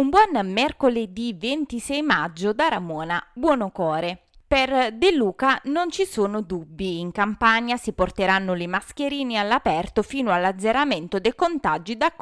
Un buon mercoledì 26 maggio da Ramona Buonocore. Per De Luca non ci sono dubbi, in Campania si porteranno le mascherine all'aperto fino all'azzeramento dei contagi da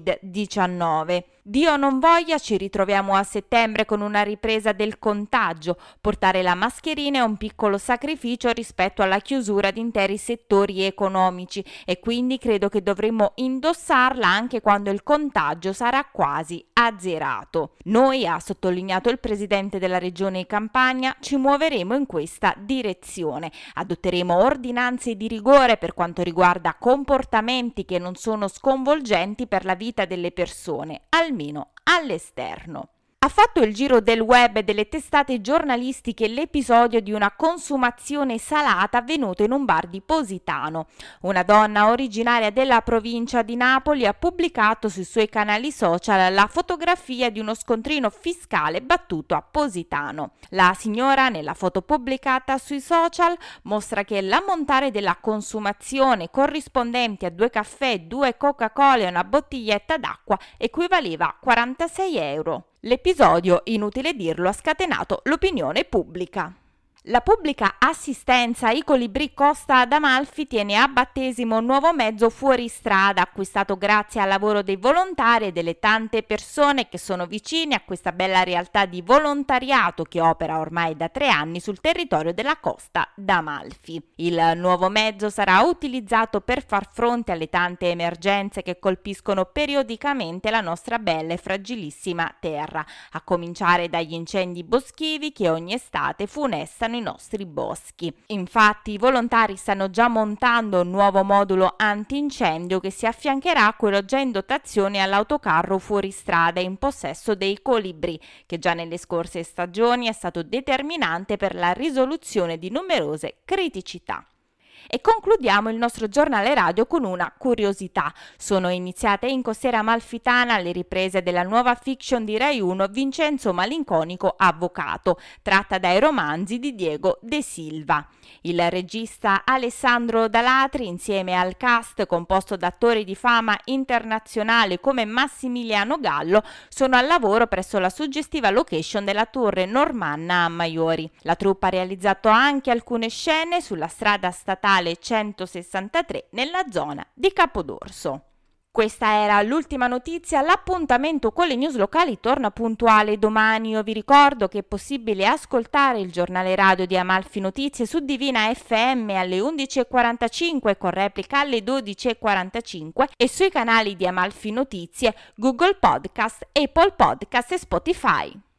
Covid-19. Dio non voglia, ci ritroviamo a settembre con una ripresa del contagio. Portare la mascherina è un piccolo sacrificio rispetto alla chiusura di interi settori economici e quindi credo che dovremmo indossarla anche quando il contagio sarà quasi azzerato. Noi, ha sottolineato il presidente della regione Campania, ci muoveremo in questa direzione. Adotteremo ordinanze di rigore per quanto riguarda comportamenti che non sono sconvolgenti per la vita delle persone, almeno all'esterno. Ha fatto il giro del web e delle testate giornalistiche l'episodio di una consumazione salata avvenuta in un bar di Positano. Una donna originaria della provincia di Napoli ha pubblicato sui suoi canali social la fotografia di uno scontrino fiscale battuto a Positano. La signora, nella foto pubblicata sui social, mostra che l'ammontare della consumazione corrispondente a 2 caffè, 2 Coca-Cola e una bottiglietta d'acqua equivaleva a 46 euro. L'episodio, inutile dirlo, ha scatenato l'opinione pubblica. La pubblica assistenza ai Colibrì Costa ad Amalfi tiene a battesimo un nuovo mezzo fuoristrada acquistato grazie al lavoro dei volontari e delle tante persone che sono vicine a questa bella realtà di volontariato che opera ormai da 3 anni sul territorio della Costa d'Amalfi. Il nuovo mezzo sarà utilizzato per far fronte alle tante emergenze che colpiscono periodicamente la nostra bella e fragilissima terra, a cominciare dagli incendi boschivi che ogni estate funestano i nostri boschi. Infatti i volontari stanno già montando un nuovo modulo antincendio che si affiancherà a quello già in dotazione all'autocarro fuoristrada in possesso dei Colibrì, che già nelle scorse stagioni è stato determinante per la risoluzione di numerose criticità. E concludiamo il nostro giornale radio con una curiosità. Sono iniziate in costiera amalfitana le riprese della nuova fiction di Rai 1 Vincenzo Malinconico Avvocato, tratta dai romanzi di Diego De Silva. Il regista Alessandro Dalatri, insieme al cast composto da attori di fama internazionale come Massimiliano Gallo, sono al lavoro presso la suggestiva location della Torre Normanna a Maiori. La troupe ha realizzato anche alcune scene sulla strada statale 163 nella zona di Capodorso. Questa era l'ultima notizia, l'appuntamento con le news locali torna puntuale domani. Io vi ricordo che è possibile ascoltare il giornale radio di Amalfi Notizie su Divina FM alle 11.45 con replica alle 12.45 e sui canali di Amalfi Notizie, Google Podcast, Apple Podcast e Spotify.